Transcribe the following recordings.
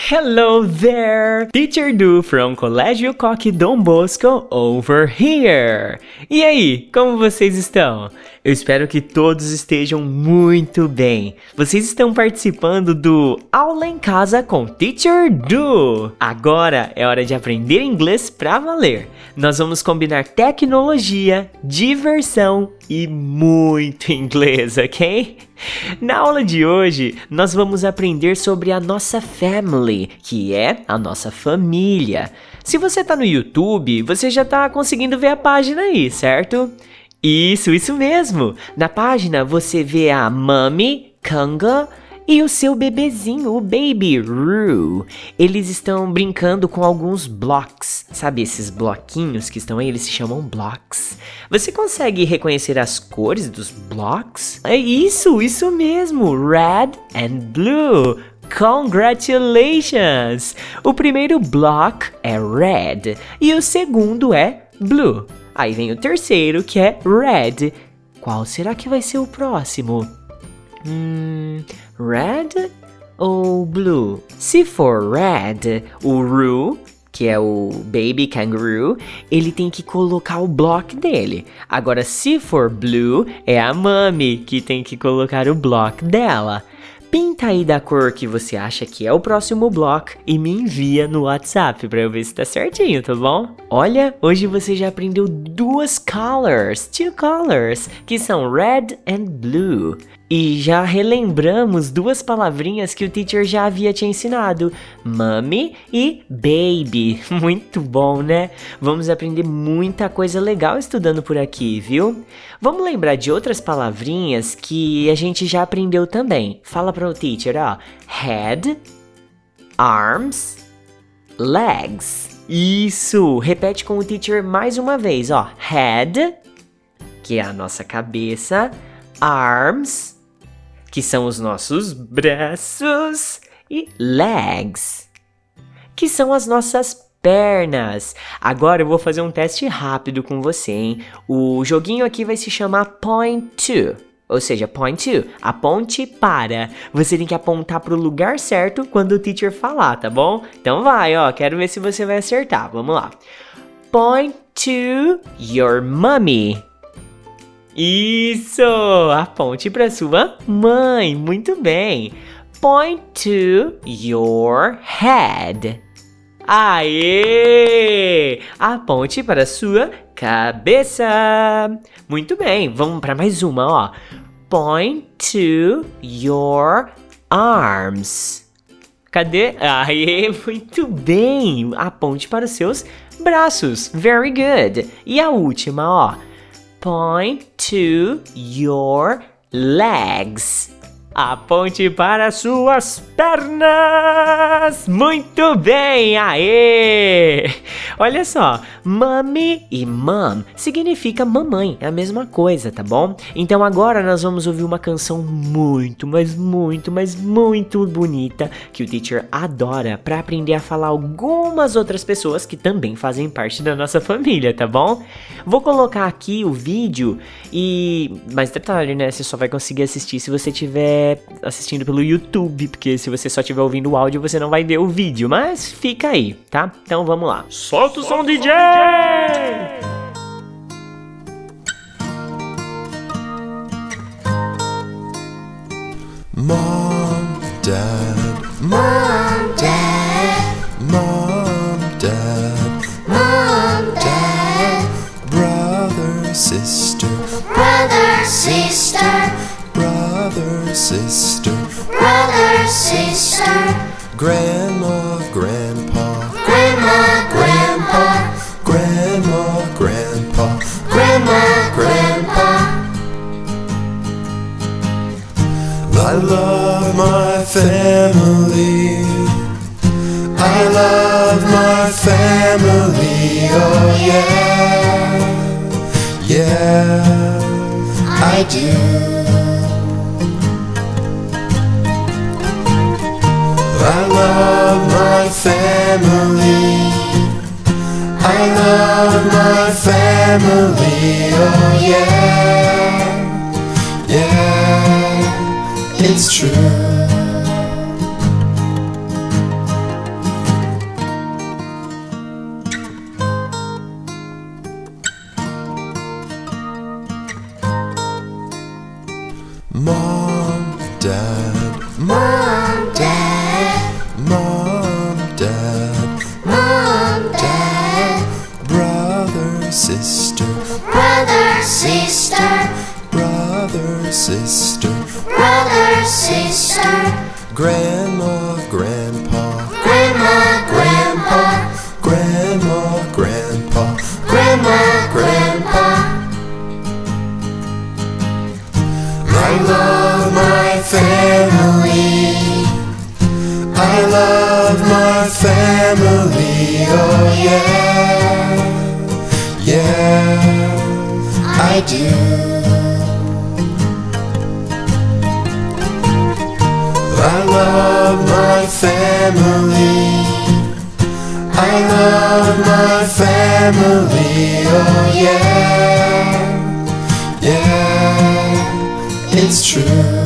Hello there! Teacher Du from Colégio Coque Dom Bosco over here! E aí, como vocês estão? Eu espero que todos estejam muito bem. Vocês estão participando do Aula em Casa com Teacher Du! Agora é hora de aprender inglês pra valer. Nós vamos combinar tecnologia, diversão e muito inglês, ok? Na aula de hoje, nós vamos aprender sobre a nossa family, que é a nossa família. Se você tá no YouTube, você já tá conseguindo ver a página aí, certo? Isso mesmo! Na página você vê a Mummy, Kanga e o seu bebezinho, o Baby Roo. Eles estão brincando com alguns blocks. Sabe esses bloquinhos que estão aí? Eles se chamam blocks. Você consegue reconhecer as cores dos blocks? É isso mesmo! Red and blue. Congratulations! O primeiro block é red e o segundo é blue. Aí vem o terceiro, que é red. Qual será que vai ser o próximo? Red ou blue? Se for red, o Roo, que é o baby kangaroo, ele tem que colocar o block dele. Agora, se for blue, é a mummy que tem que colocar o block dela. Pinta aí da cor que você acha que é o próximo bloco e me envia no WhatsApp pra eu ver se tá certinho, tá bom? Olha, hoje você já aprendeu two colors, que são red and blue. E já relembramos duas palavrinhas que o teacher já havia te ensinado, mummy e baby. Muito bom, né? Vamos aprender muita coisa legal estudando por aqui, viu? Vamos lembrar de outras palavrinhas que a gente já aprendeu também. Fala para o teacher, ó. Head, arms, legs. Isso! Repete com o teacher mais uma vez, ó. Head, que é a nossa cabeça, arms, que são os nossos braços, e legs, que são as nossas pernas. Agora eu vou fazer um teste rápido com você, hein? O joguinho aqui vai se chamar Point To, ou seja, Point To, aponte para. Você tem que apontar para o lugar certo quando o teacher falar, tá bom? Então vai, ó, quero ver se você vai acertar. Vamos lá. Point to your mommy. Isso! Aponte para sua mãe. Muito bem. Point to your head. Aê! Aponte para sua cabeça. Muito bem. Vamos para mais uma, ó. Point to your arms. Cadê? Aê, muito bem. Aponte para os seus braços. Very good. E a última, ó. Point to your legs. Aponte para suas pernas. Muito bem, aê! Olha só, mommy e mom significa mamãe, é a mesma coisa, tá bom? Então agora nós vamos ouvir uma canção muito bonita que o teacher adora para aprender a falar algumas outras pessoas que também fazem parte da nossa família, tá bom? Vou colocar aqui o vídeo mas detalhe, né? Você só vai conseguir assistir se você tiver assistindo pelo YouTube, porque se você só estiver ouvindo o áudio, você não vai ver o vídeo, mas fica aí, tá? Então vamos lá. Solta o som, DJ! Mom, Dad, Mom, Dad, Mom, Dad, Mom, Dad, brother, sister, Brother, sister, brother, sister, brother, sister, grandma, grandpa, grandma, grandpa, grandma, grandpa, grandma, grandpa. I love my family. I love my family. Oh yeah, yeah, I do. I love my family. I love my family. Oh yeah, yeah, it's true. dad, Mom, Dad, brother, sister, brother, sister, brother, sister, brother, sister, grandma, grandpa, grandma, grandpa, grandma, grandpa, grandma, grandpa. I love my family. I love my family. Oh yeah, yeah, I do. I love my family. I love my family. Oh yeah, yeah, it's true.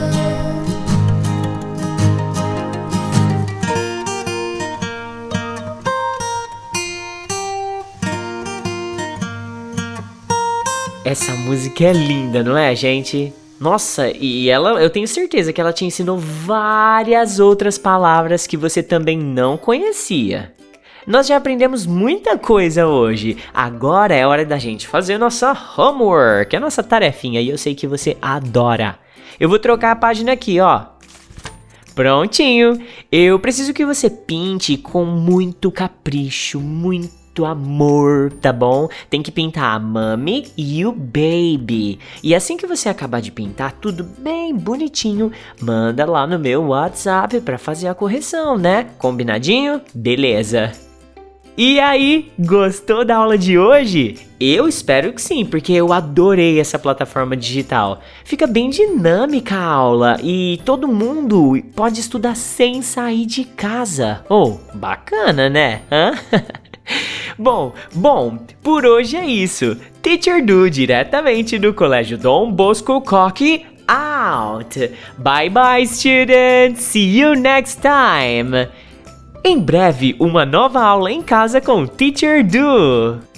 Essa música é linda, não é, gente? Nossa, e eu tenho certeza que ela te ensinou várias outras palavras que você também não conhecia. Nós já aprendemos muita coisa hoje. Agora é hora da gente fazer nossa homework, a nossa tarefinha, e eu sei que você adora. Eu vou trocar a página aqui, ó. Prontinho. Eu preciso que você pinte com muito capricho, muito amor, tá bom? Tem que pintar a mummy e o baby. E assim que você acabar de pintar tudo bem bonitinho, manda lá no meu WhatsApp pra fazer a correção, né? Combinadinho? Beleza. E aí, gostou da aula de hoje? Eu espero que sim, porque eu adorei essa plataforma digital. Fica bem dinâmica a aula e todo mundo pode estudar sem sair de casa. Oh, bacana, né? Hã? Bom, por hoje é isso. Teacher Du, diretamente do Colégio Dom Bosco Coque, out. Bye bye, students. See you next time. Em breve, uma nova aula em casa com Teacher Du.